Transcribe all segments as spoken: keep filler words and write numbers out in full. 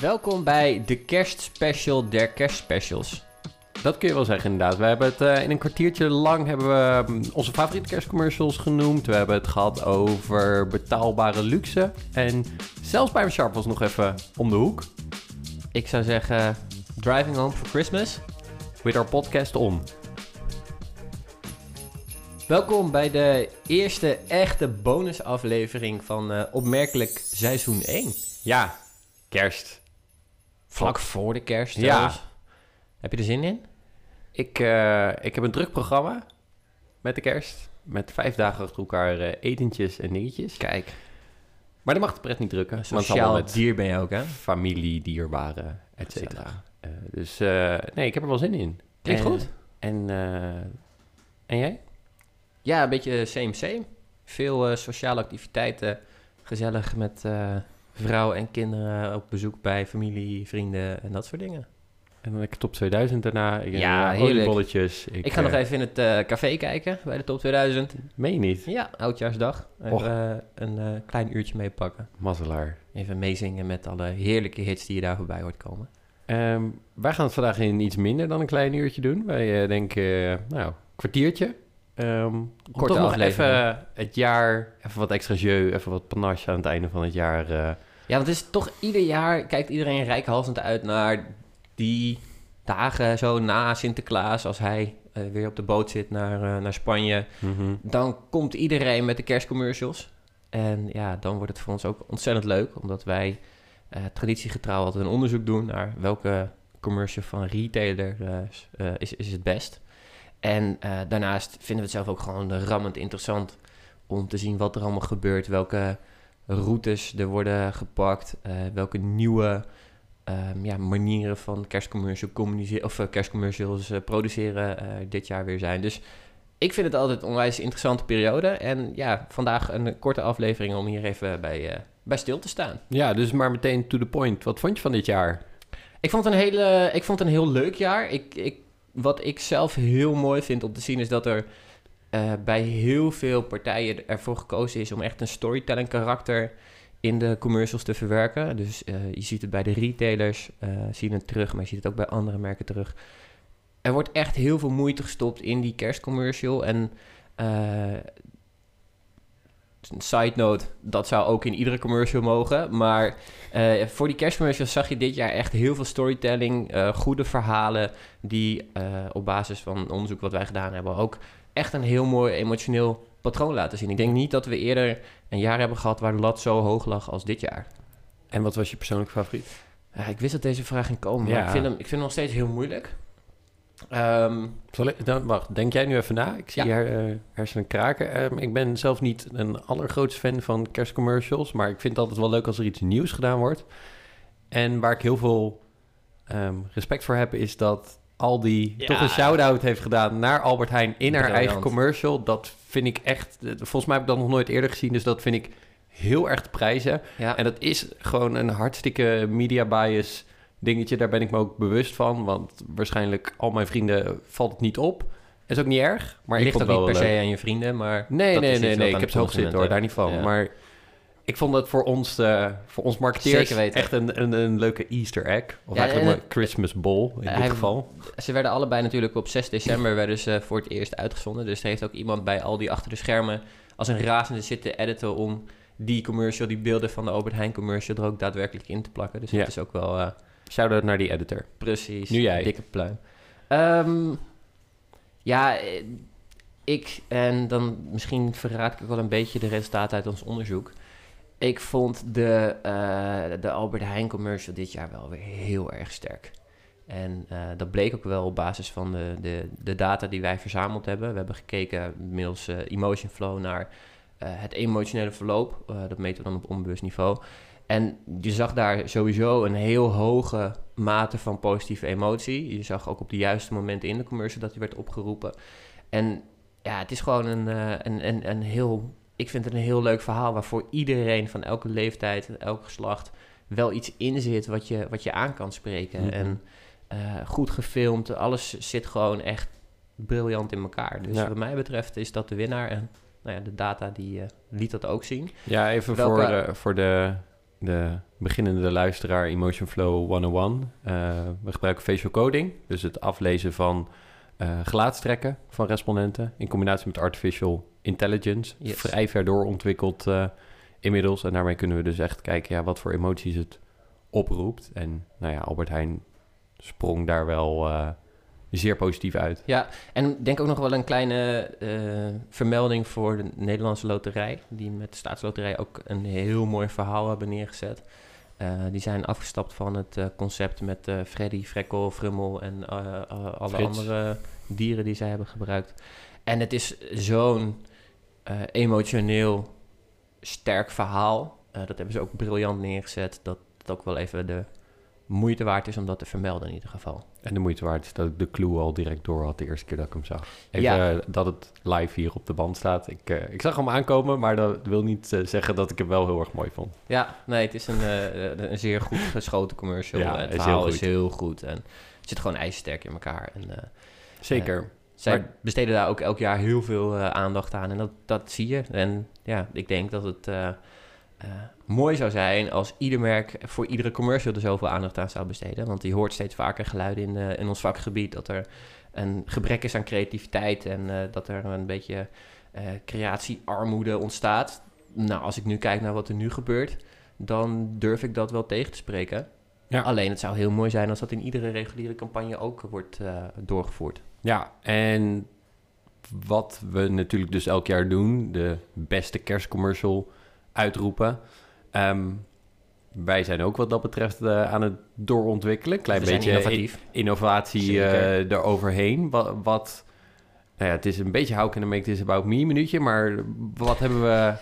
Welkom bij de kerstspecial der kerstspecials. Dat kun je wel zeggen inderdaad. We hebben het uh, in een kwartiertje lang hebben we um, onze favoriete kerstcommercials genoemd. We hebben het gehad over betaalbare luxe. En zelfs bij Sharp was nog even om de hoek. Ik zou zeggen, driving home for Christmas. With our podcast on. Welkom bij de eerste echte bonusaflevering van uh, Opmerkelijk seizoen één. Ja, kerst. Vlak voor de kerst. Ja. Trouwens. Heb je er zin in? Ik, uh, ik heb een druk programma met de kerst. Met vijf dagen achter elkaar uh, etentjes en dingetjes. Kijk. Maar dat mag de pret niet drukken. Sociaal met dier ben je ook, hè? Familie, dierbaren, et cetera. Uh, dus uh, nee, ik heb er wel zin in. Klinkt en, goed. En, uh, en jij? Ja, een beetje same same. Veel uh, sociale activiteiten. Gezellig met uh, vrouw en kinderen op bezoek bij familie, vrienden en dat soort dingen. En dan lekker top tweeduizend daarna. Ik Ja, uh, heerlijk. Bolletjes. Ik, Ik ga uh, nog even in het uh, café kijken bij de top tweeduizend. Meen je niet? Ja, oudjaarsdag. Even uh, een uh, klein uurtje meepakken. Mazzelaar. Even meezingen met alle heerlijke hits die je daar voorbij hoort komen. Um, wij gaan het vandaag in iets minder dan een klein uurtje doen. Wij uh, denken, uh, nou, een kwartiertje. Um, Korte nog aflevering. Even het jaar, even wat extra jeu, even wat panache aan het einde van het jaar. Uh. Ja, want het is toch ieder jaar, kijkt iedereen reikhalzend uit naar die dagen zo na Sinterklaas, als hij uh, weer op de boot zit naar, uh, naar Spanje. Mm-hmm. Dan komt iedereen met de kerstcommercials. En ja, dan wordt het voor ons ook ontzettend leuk, omdat wij uh, traditiegetrouw altijd een onderzoek doen naar welke commercial van retailer uh, uh, is, is het best. En uh, daarnaast vinden we het zelf ook gewoon rammend interessant om te zien wat er allemaal gebeurt, welke routes er worden gepakt, uh, welke nieuwe um, ja, manieren van kerstcommercial communiceren of uh, kerstcommercials uh, produceren uh, dit jaar weer zijn. Dus ik vind het altijd een onwijs interessante periode. En ja, vandaag een korte aflevering om hier even bij, uh, bij stil te staan. Ja, dus maar meteen to the point. Wat vond je van dit jaar? Ik vond het een, hele, ik vond het een heel leuk jaar. Ik, ik, wat ik zelf heel mooi vind om te zien is dat er uh, bij heel veel partijen ervoor gekozen is om echt een storytelling karakter in de commercials te verwerken. Dus uh, je ziet het bij de retailers, uh, zie je het terug, maar je ziet het ook bij andere merken terug. Er wordt echt heel veel moeite gestopt in die kerstcommercial. En uh, een side note, dat zou ook in iedere commercial mogen. Maar uh, voor die kerstcommercials zag je dit jaar echt heel veel storytelling, uh, goede verhalen die uh, op basis van onderzoek wat wij gedaan hebben ook echt een heel mooi emotioneel patroon laten zien. Ik denk niet dat we eerder een jaar hebben gehad waar de lat zo hoog lag als dit jaar. En wat was je persoonlijke favoriet? Ja, ik wist dat deze vraag ging komen, maar Ja. ik, vind hem, ik vind hem nog steeds heel moeilijk. Um, Zal ik, dan, wacht, denk jij nu even na? Ik zie ja. je her, uh, hersenen kraken. Um, ik ben zelf niet een allergrootste fan van kerstcommercials, maar ik vind het altijd wel leuk als er iets nieuws gedaan wordt. En waar ik heel veel um, respect voor heb, is dat Aldi Ja. toch een shout-out heeft gedaan naar Albert Heijn in Briljant. haar eigen commercial. Dat vind ik echt, volgens mij heb ik dat nog nooit eerder gezien, dus dat vind ik heel erg te prijzen. Ja. En dat is gewoon een hartstikke media bias dingetje, daar ben ik me ook bewust van, want waarschijnlijk al mijn vrienden valt het niet op. Is ook niet erg, maar Het ik ligt vond ook het niet wel per se leuk. aan je vrienden, maar Nee, dat nee, is nee, iets nee, wat ik aan heb zo gezeten hoor, consumenten- daar niet van. Ja. Maar ik vond dat voor ons, uh, voor ons marketeers Zeker weten. echt een, een, een leuke Easter egg. Of Ja, eigenlijk en- een Christmas ball in Hij- dit geval. Ze werden allebei natuurlijk op zes december werden ze voor het eerst uitgezonden. Dus er heeft ook iemand bij Aldi achter de schermen als een razende zitten editen om die commercial, die beelden van de Albert Heijn commercial er ook daadwerkelijk in te plakken. Dus Ja. dat is ook wel uh, Shout-out naar die editor. precies. Nu jij. Dikke pluim. Um, ja, eh, ik, en dan misschien verraad ik ook wel een beetje de resultaten uit ons onderzoek. Ik vond de, uh, de Albert Heijn commercial dit jaar wel weer heel erg sterk. En uh, dat bleek ook wel op basis van de, de, de data die wij verzameld hebben. We hebben gekeken middels uh, Emotion Flow naar uh, het emotionele verloop. Uh, dat meten we dan op onbewust niveau. En je zag daar sowieso een heel hoge mate van positieve emotie. Je zag ook op de juiste momenten in de commercial dat die werd opgeroepen. En ja, het is gewoon een, uh, een, een, een heel... Ik vind het een heel leuk verhaal waarvoor iedereen van elke leeftijd en elk geslacht wel iets in zit wat je, wat je aan kan spreken. Mm-hmm. En uh, goed gefilmd, alles zit gewoon echt briljant in elkaar. Dus ja. wat mij betreft is dat de winnaar. En nou ja, de data die uh, liet dat ook zien. Ja, even Welke... voor, de, voor de de beginnende luisteraar Emotion Flow honderdéén. Uh, we gebruiken facial coding, dus het aflezen van uh, gelaatstrekken van respondenten in combinatie met artificial intelligence. Yes. Vrij ver doorontwikkeld uh, inmiddels. En daarmee kunnen we dus echt kijken ja, wat voor emoties het oproept. En nou ja, Albert Heijn sprong daar wel uh, zeer positief uit. Ja, en denk ook nog wel een kleine uh, vermelding voor de Nederlandse Loterij, die met de Staatsloterij ook een heel mooi verhaal hebben neergezet. Uh, die zijn afgestapt van het uh, concept met uh, Freddy, Frekkel, Frummel en uh, uh, alle Frits. andere dieren die zij hebben gebruikt. En het is zo'n uh, emotioneel sterk verhaal. Uh, dat hebben ze ook briljant neergezet, dat het ook wel even de moeite waard is om dat te vermelden in ieder geval. En de moeite waard is dat ik de clue al direct door had de eerste keer dat ik hem zag. Even Ja. uh, dat het live hier op de band staat. Ik, uh, ik zag hem aankomen, maar dat wil niet uh, zeggen dat ik hem wel heel erg mooi vond. Ja, nee, het is een, uh, een zeer goed geschoten commercial. Ja, het is verhaal heel goed. is heel goed en het zit gewoon ijzersterk in elkaar. En, uh, Zeker. Uh, zij Maar- besteden daar ook elk jaar heel veel uh, aandacht aan en dat, dat zie je. En ja, ik denk dat het uh, uh, mooi zou zijn als ieder merk voor iedere commercial er zoveel aandacht aan zou besteden. Want je hoort steeds vaker geluiden in, uh, in ons vakgebied dat er een gebrek is aan creativiteit en uh, dat er een beetje uh, creatiearmoede ontstaat. Nou, als ik nu kijk naar wat er nu gebeurt, dan durf ik dat wel tegen te spreken. Ja. Alleen het zou heel mooi zijn als dat in iedere reguliere campagne ook wordt uh, doorgevoerd. Ja, en wat we natuurlijk dus elk jaar doen, de beste kerstcommercial uitroepen. Um, wij zijn ook wat dat betreft uh, aan het doorontwikkelen. Klein We zijn beetje innovatief. i- innovatie uh, Zeker. eroverheen. Wat, wat nou ja, het is een beetje how can I make this about me minuutje, maar wat hebben we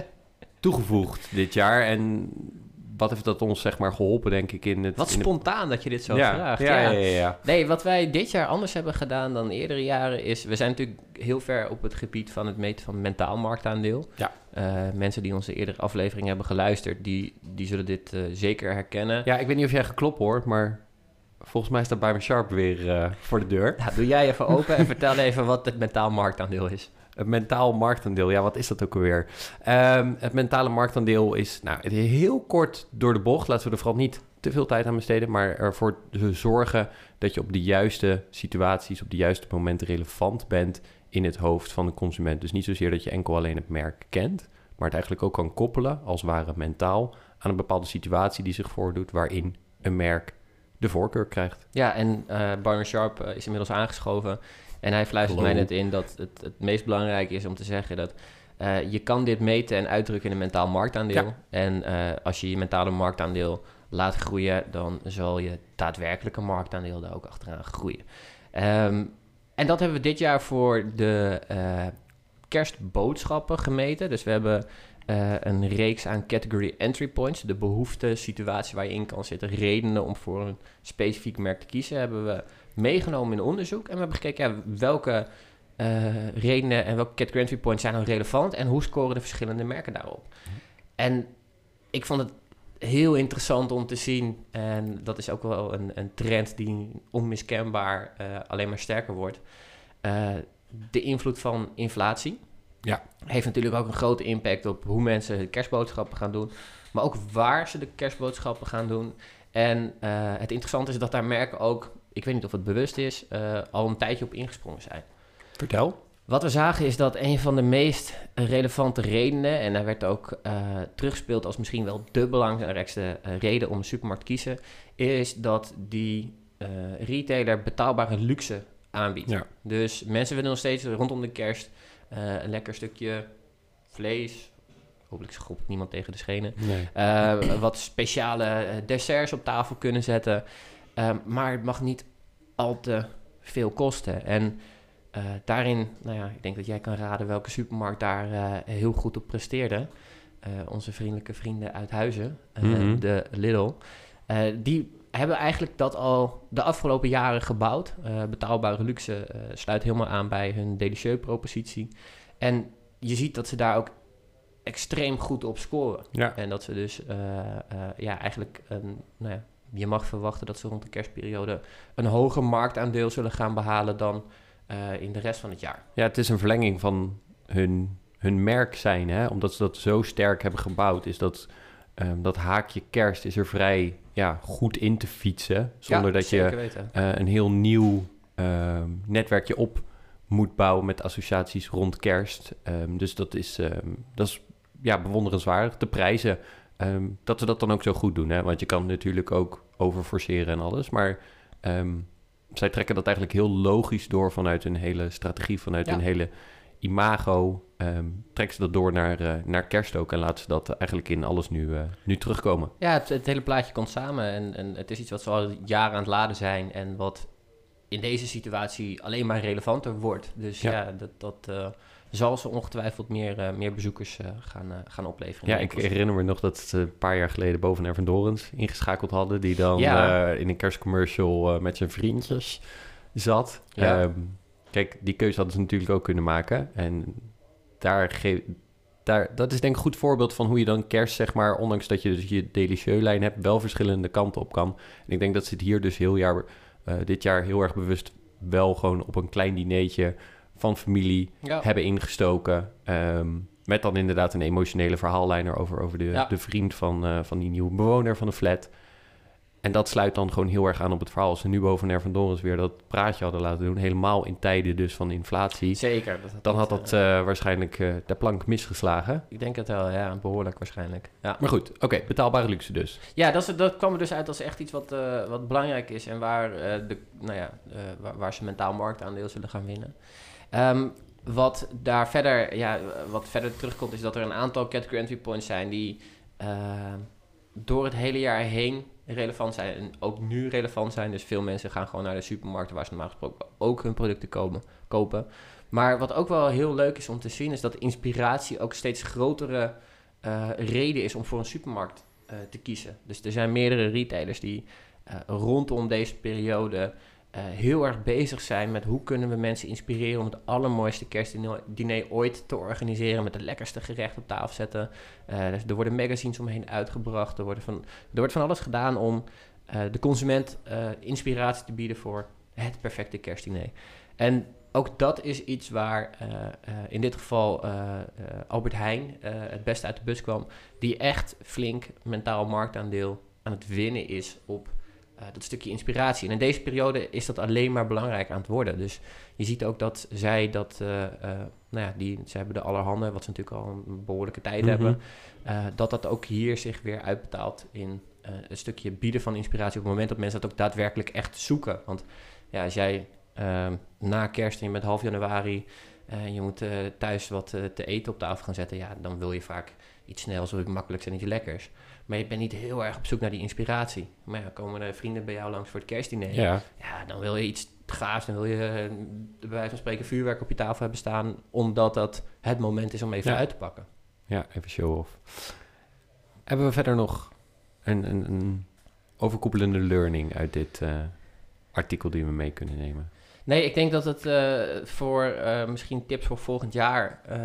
toegevoegd dit jaar en wat heeft dat ons zeg maar geholpen, denk ik, in het... Wat in de- spontaan dat je dit zo ja, vraagt. Ja, ja, ja, ja. Nee, wat wij dit jaar anders hebben gedaan dan eerdere jaren is... We zijn natuurlijk heel ver op het gebied van het meten van mentaal marktaandeel. Ja. Uh, mensen die onze eerdere aflevering hebben geluisterd, die, die zullen dit uh, zeker herkennen. Ja, ik weet niet of jij geklopt hoort, maar volgens mij staat bij mijn Sharp weer uh, voor de deur. Nou, doe jij even open en vertel even wat het mentaal marktaandeel is. Het mentaal marktaandeel, ja, wat is dat ook alweer? Um, het mentale marktaandeel is, nou, het is heel kort door de bocht. Laten we er vooral niet te veel tijd aan besteden, maar ervoor te zorgen dat je op de juiste situaties, op de juiste momenten relevant bent in het hoofd van de consument. Dus niet zozeer dat je enkel alleen het merk kent, maar het eigenlijk ook kan koppelen, als het ware mentaal, aan een bepaalde situatie die zich voordoet waarin een merk de voorkeur krijgt. Ja, en uh, Byron Sharp uh, is inmiddels aangeschoven. En hij fluistert Hallo. mij net in dat het, het meest belangrijke is om te zeggen dat uh, je kan dit meten en uitdrukken in een mentaal marktaandeel. Ja. En uh, als je je mentale marktaandeel laat groeien, dan zal je daadwerkelijke marktaandeel daar ook achteraan groeien. Um, en dat hebben we dit jaar voor de uh, kerstboodschappen gemeten. Dus we hebben uh, een reeks aan category entry points, de behoefte, situatie waar je in kan zitten, redenen om voor een specifiek merk te kiezen, hebben we meegenomen in onderzoek. En we hebben gekeken ja, welke uh, redenen en welke category entry points zijn nou relevant en hoe scoren de verschillende merken daarop. Mm. En ik vond het heel interessant om te zien, en dat is ook wel een, een trend die onmiskenbaar uh, alleen maar sterker wordt, uh, de invloed van inflatie. Ja. Heeft natuurlijk ook een grote impact op hoe mensen kerstboodschappen gaan doen, maar ook waar ze de kerstboodschappen gaan doen. En uh, het interessante is dat daar merken ook, ik weet niet of het bewust is, uh, al een tijdje op ingesprongen zijn. Vertel. Wat we zagen is dat een van de meest relevante redenen, en daar werd ook uh, teruggespeeld als misschien wel de belangrijkste uh, reden om een supermarkt te kiezen, is dat die uh, retailer betaalbare luxe aanbiedt. Ja. Dus mensen willen nog steeds rondom de kerst uh, een lekker stukje vlees, hopelijk schopt niemand tegen de schenen, Nee. uh, wat speciale desserts op tafel kunnen zetten, uh, maar het mag niet al te veel kosten. En Uh, daarin, nou ja, ik denk dat jij kan raden welke supermarkt daar uh, heel goed op presteerde. Uh, onze vriendelijke vrienden uit Huizen, uh, Mm-hmm. de Lidl. Uh, die hebben eigenlijk dat al de afgelopen jaren gebouwd. Uh, betaalbare luxe uh, sluit helemaal aan bij hun delicieux-propositie. En je ziet dat ze daar ook extreem goed op scoren. Ja. En dat ze dus, uh, uh, ja, eigenlijk, een, nou ja, je mag verwachten dat ze rond de kerstperiode een hoger marktaandeel zullen gaan behalen dan Uh, in de rest van het jaar. Ja, het is een verlenging van hun, hun merk zijn. Hè? Omdat ze dat zo sterk hebben gebouwd, is dat um, dat haakje kerst is er vrij ja, goed in te fietsen. Zonder ja, dat je uh, een heel nieuw uh, netwerkje op moet bouwen met associaties rond kerst. Um, dus dat is, um, dat is ja, bewonderenswaardig. De prijzen, um, dat ze dat dan ook zo goed doen. Hè? Want je kan natuurlijk ook overforceren en alles. Maar um, zij trekken dat eigenlijk heel logisch door vanuit hun hele strategie, vanuit ja. hun hele imago. Um, trekken ze dat door naar, uh, naar kerst ook en laten ze dat eigenlijk in alles nu, uh, nu terugkomen. Ja, het, het hele plaatje komt samen en, en het is iets wat ze al jaren aan het laden zijn en wat in deze situatie alleen maar relevanter wordt. Dus ja, ja dat, dat uh, zal ze ongetwijfeld meer, uh, meer bezoekers uh, gaan, uh, gaan opleveren. Ja, ik herinner me nog dat ze een paar jaar geleden boven Erwin Dorens ingeschakeld hadden, die dan ja. uh, in een kerstcommercial uh, met zijn vriendjes zat. Ja. Um, kijk, die keuze hadden ze natuurlijk ook kunnen maken. En daar, ge- daar dat is denk ik een goed voorbeeld van hoe je dan kerst, zeg maar, ondanks dat je dus je delicieux-lijn hebt, wel verschillende kanten op kan. En ik denk dat ze het hier dus heel jaar, uh, dit jaar heel erg bewust wel gewoon op een klein dineetje van familie ja. hebben ingestoken. Um, met dan inderdaad een emotionele verhaallijn erover, over de, ja. de vriend van, uh, van die nieuwe bewoner van de flat. En dat sluit dan gewoon heel erg aan op het verhaal. Als ze nu boven Erwin Dorens weer dat praatje hadden laten doen, helemaal in tijden dus van inflatie. Zeker. Dat had dan had dat uh, waarschijnlijk uh, de plank misgeslagen. Ik denk het wel, ja. Behoorlijk waarschijnlijk. Ja. Maar goed, oké. Okay, betaalbare luxe dus. Ja, dat, is, dat kwam er dus uit als echt iets wat, uh, wat belangrijk is en waar, uh, de, nou ja, uh, waar, waar ze mentaal marktaandeel zullen gaan winnen. Um, wat daar verder, ja, wat verder terugkomt is dat er een aantal category entry points zijn die uh, door het hele jaar heen relevant zijn en ook nu relevant zijn. Dus veel mensen gaan gewoon naar de supermarkten waar ze normaal gesproken ook hun producten komen, kopen. Maar wat ook wel heel leuk is om te zien is dat inspiratie ook steeds grotere uh, reden is om voor een supermarkt uh, te kiezen. Dus er zijn meerdere retailers die uh, rondom deze periode Uh, heel erg bezig zijn met hoe kunnen we mensen inspireren om het allermooiste kerstdiner ooit te organiseren met de lekkerste gerecht op tafel zetten. Uh, dus er worden magazines omheen uitgebracht, er, worden van, er wordt van alles gedaan om uh, de consument uh, inspiratie te bieden voor het perfecte kerstdiner. En ook dat is iets waar uh, uh, in dit geval uh, uh, Albert Heijn uh, het beste uit de bus kwam, die echt flink mentaal marktaandeel aan het winnen is op Uh, dat stukje inspiratie. En in deze periode is dat alleen maar belangrijk aan het worden. Dus je ziet ook dat zij dat, uh, uh, nou ja, die, ze hebben de allerhande, wat ze natuurlijk al een behoorlijke tijd mm-hmm. hebben, uh, dat dat ook hier zich weer uitbetaalt in uh, een stukje bieden van inspiratie op het moment dat mensen dat ook daadwerkelijk echt zoeken. Want ja, als jij uh, na kerst en je bent half januari, uh, je moet uh, thuis wat uh, te eten op tafel gaan zetten, ja, dan wil je vaak iets snels, iets makkelijks en iets lekkers. Maar je bent niet heel erg op zoek naar die inspiratie. Maar ja, komen er vrienden bij jou langs voor het kerstdiner. Ja. ja, dan wil je iets gaafs. Dan wil je uh, bij wijze van spreken vuurwerk op je tafel hebben staan. Omdat dat het moment is om even ja. uit te pakken. Ja, even show-off. Hebben we verder nog een, een, een overkoepelende learning uit dit uh, artikel die we mee kunnen nemen? Nee, ik denk dat het uh, voor uh, misschien tips voor volgend jaar. Uh,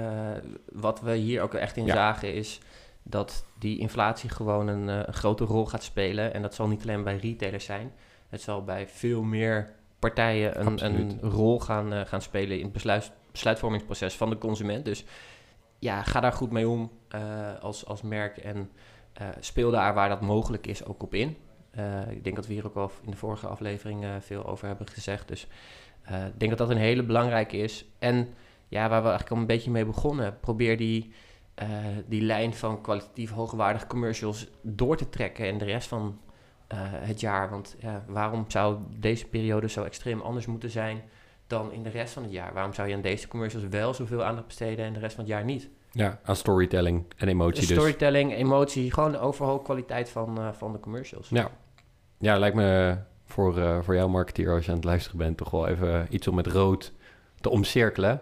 wat we hier ook echt in ja. zagen is dat die inflatie gewoon een, uh, een grote rol gaat spelen. En dat zal niet alleen bij retailers zijn. Het zal bij veel meer partijen een, een rol gaan, uh, gaan spelen in het besluit, besluitvormingsproces van de consument. Dus ja, ga daar goed mee om uh, als, als merk en uh, speel daar waar dat mogelijk is ook op in. Uh, ik denk dat we hier ook al in de vorige aflevering uh, veel over hebben gezegd. Dus uh, ik denk dat dat een hele belangrijke is. En ja, waar we eigenlijk al een beetje mee begonnen, probeer die Uh, die lijn van kwalitatief hoogwaardige commercials door te trekken en de rest van uh, het jaar. Want ja, waarom zou deze periode zo extreem anders moeten zijn dan in de rest van het jaar? Waarom zou je aan deze commercials wel zoveel aandacht besteden en de rest van het jaar niet? Ja, aan storytelling en emotie dus. Storytelling, emotie, gewoon de overal kwaliteit van, uh, van de commercials. Ja, ja lijkt me voor, uh, voor jou marketeer als je aan het luisteren bent toch wel even iets om met rood te omcirkelen.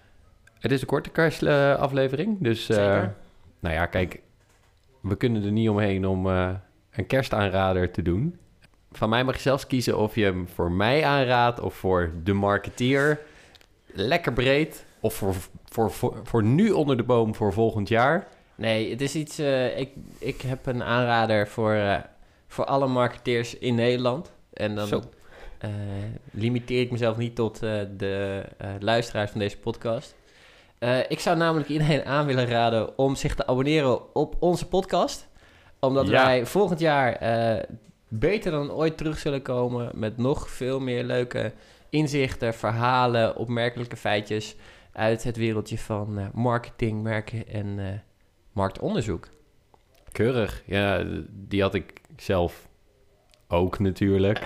Het is een korte kerstaflevering, dus uh, nou ja, kijk, we kunnen er niet omheen om uh, een kerstaanrader te doen. Van mij mag je zelfs kiezen of je hem voor mij aanraadt of voor de marketeer. Lekker breed, of voor, voor, voor, voor nu onder de boom voor volgend jaar. Nee, het is iets, uh, ik, ik heb een aanrader voor, uh, voor alle marketeers in Nederland. En dan uh, limiteer ik mezelf niet tot uh, de uh, luisteraars van deze podcast. Uh, ik zou namelijk iedereen aan willen raden om zich te abonneren op onze podcast. Omdat Ja. wij volgend jaar eh, beter dan ooit terug zullen komen met nog veel meer leuke inzichten, verhalen, opmerkelijke feitjes uit het wereldje van uh, marketing, merken en uh, marktonderzoek. Keurig. Ja, die had ik zelf ook natuurlijk.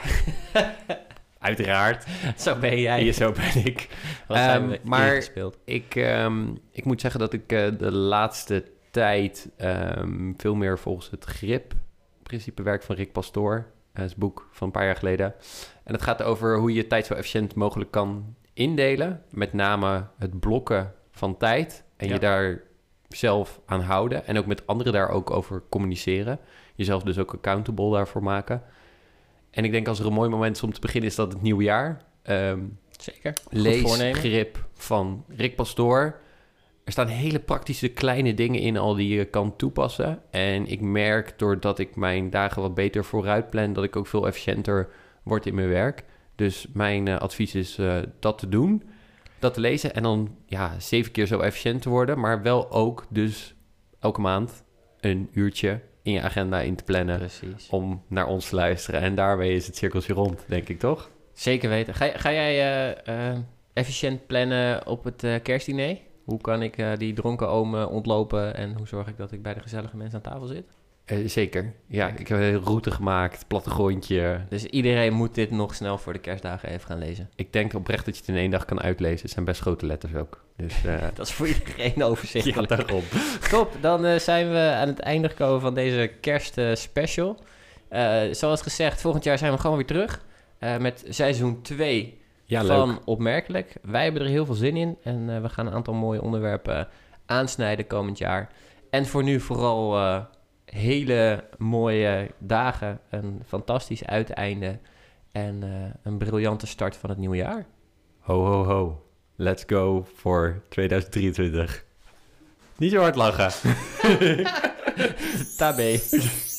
Uiteraard. Zo ben jij. Ja, zo ben ik. Wat zijn Um, we maar ingespeeld. ik, um, ik moet zeggen dat ik uh, de laatste tijd um, veel meer volgens het GRIP-principe werk van Rick Pastoor. Dat uh, is een boek van een paar jaar geleden. En het gaat over hoe je tijd zo efficiënt mogelijk kan indelen. Met name het blokken van tijd. En Ja. je daar zelf aan houden. En ook met anderen daar ook over communiceren. Jezelf dus ook accountable daarvoor maken. En ik denk als er een mooi moment is om te beginnen, is dat het nieuwe jaar. Um, Zeker. lees Grip van Rick Pastoor. Er staan hele praktische kleine dingen in al die je kan toepassen. En ik merk doordat ik mijn dagen wat beter vooruit plan, dat ik ook veel efficiënter word in mijn werk. Dus mijn uh, advies is uh, dat te doen. Dat te lezen en dan ja, zeven keer zo efficiënt te worden. Maar wel ook dus elke maand een uurtje in je agenda in te plannen. Precies. Om naar ons te luisteren. En daarmee is het cirkeltje rond, denk ik, toch? Zeker weten. Ga, ga jij uh, uh, efficiënt plannen op het uh, kerstdiner? Hoe kan ik uh, die dronken oom uh, ontlopen en hoe zorg ik dat ik bij de gezellige mensen aan tafel zit? Uh, zeker. Ja, ik heb een route gemaakt, plattegrondje. Dus iedereen moet dit nog snel voor de kerstdagen even gaan lezen. Ik denk oprecht dat je het in één dag kan uitlezen. Het zijn best grote letters ook. Dus, uh... dat is voor iedereen overzichtelijk. Ja, daarom. Top, dan uh, zijn we aan het einde gekomen van deze kerstspecial. Uh, zoals gezegd, volgend jaar zijn we gewoon weer terug uh, met seizoen twee ja, van leuk. Opmerkelijk. Wij hebben er heel veel zin in en uh, we gaan een aantal mooie onderwerpen aansnijden komend jaar. En voor nu vooral uh, hele mooie dagen, een fantastisch uiteinde en uh, een briljante start van het nieuwe jaar. Ho, ho, ho. Let's go voor tweeduizend drieëntwintig. Niet zo hard lachen. Tabé.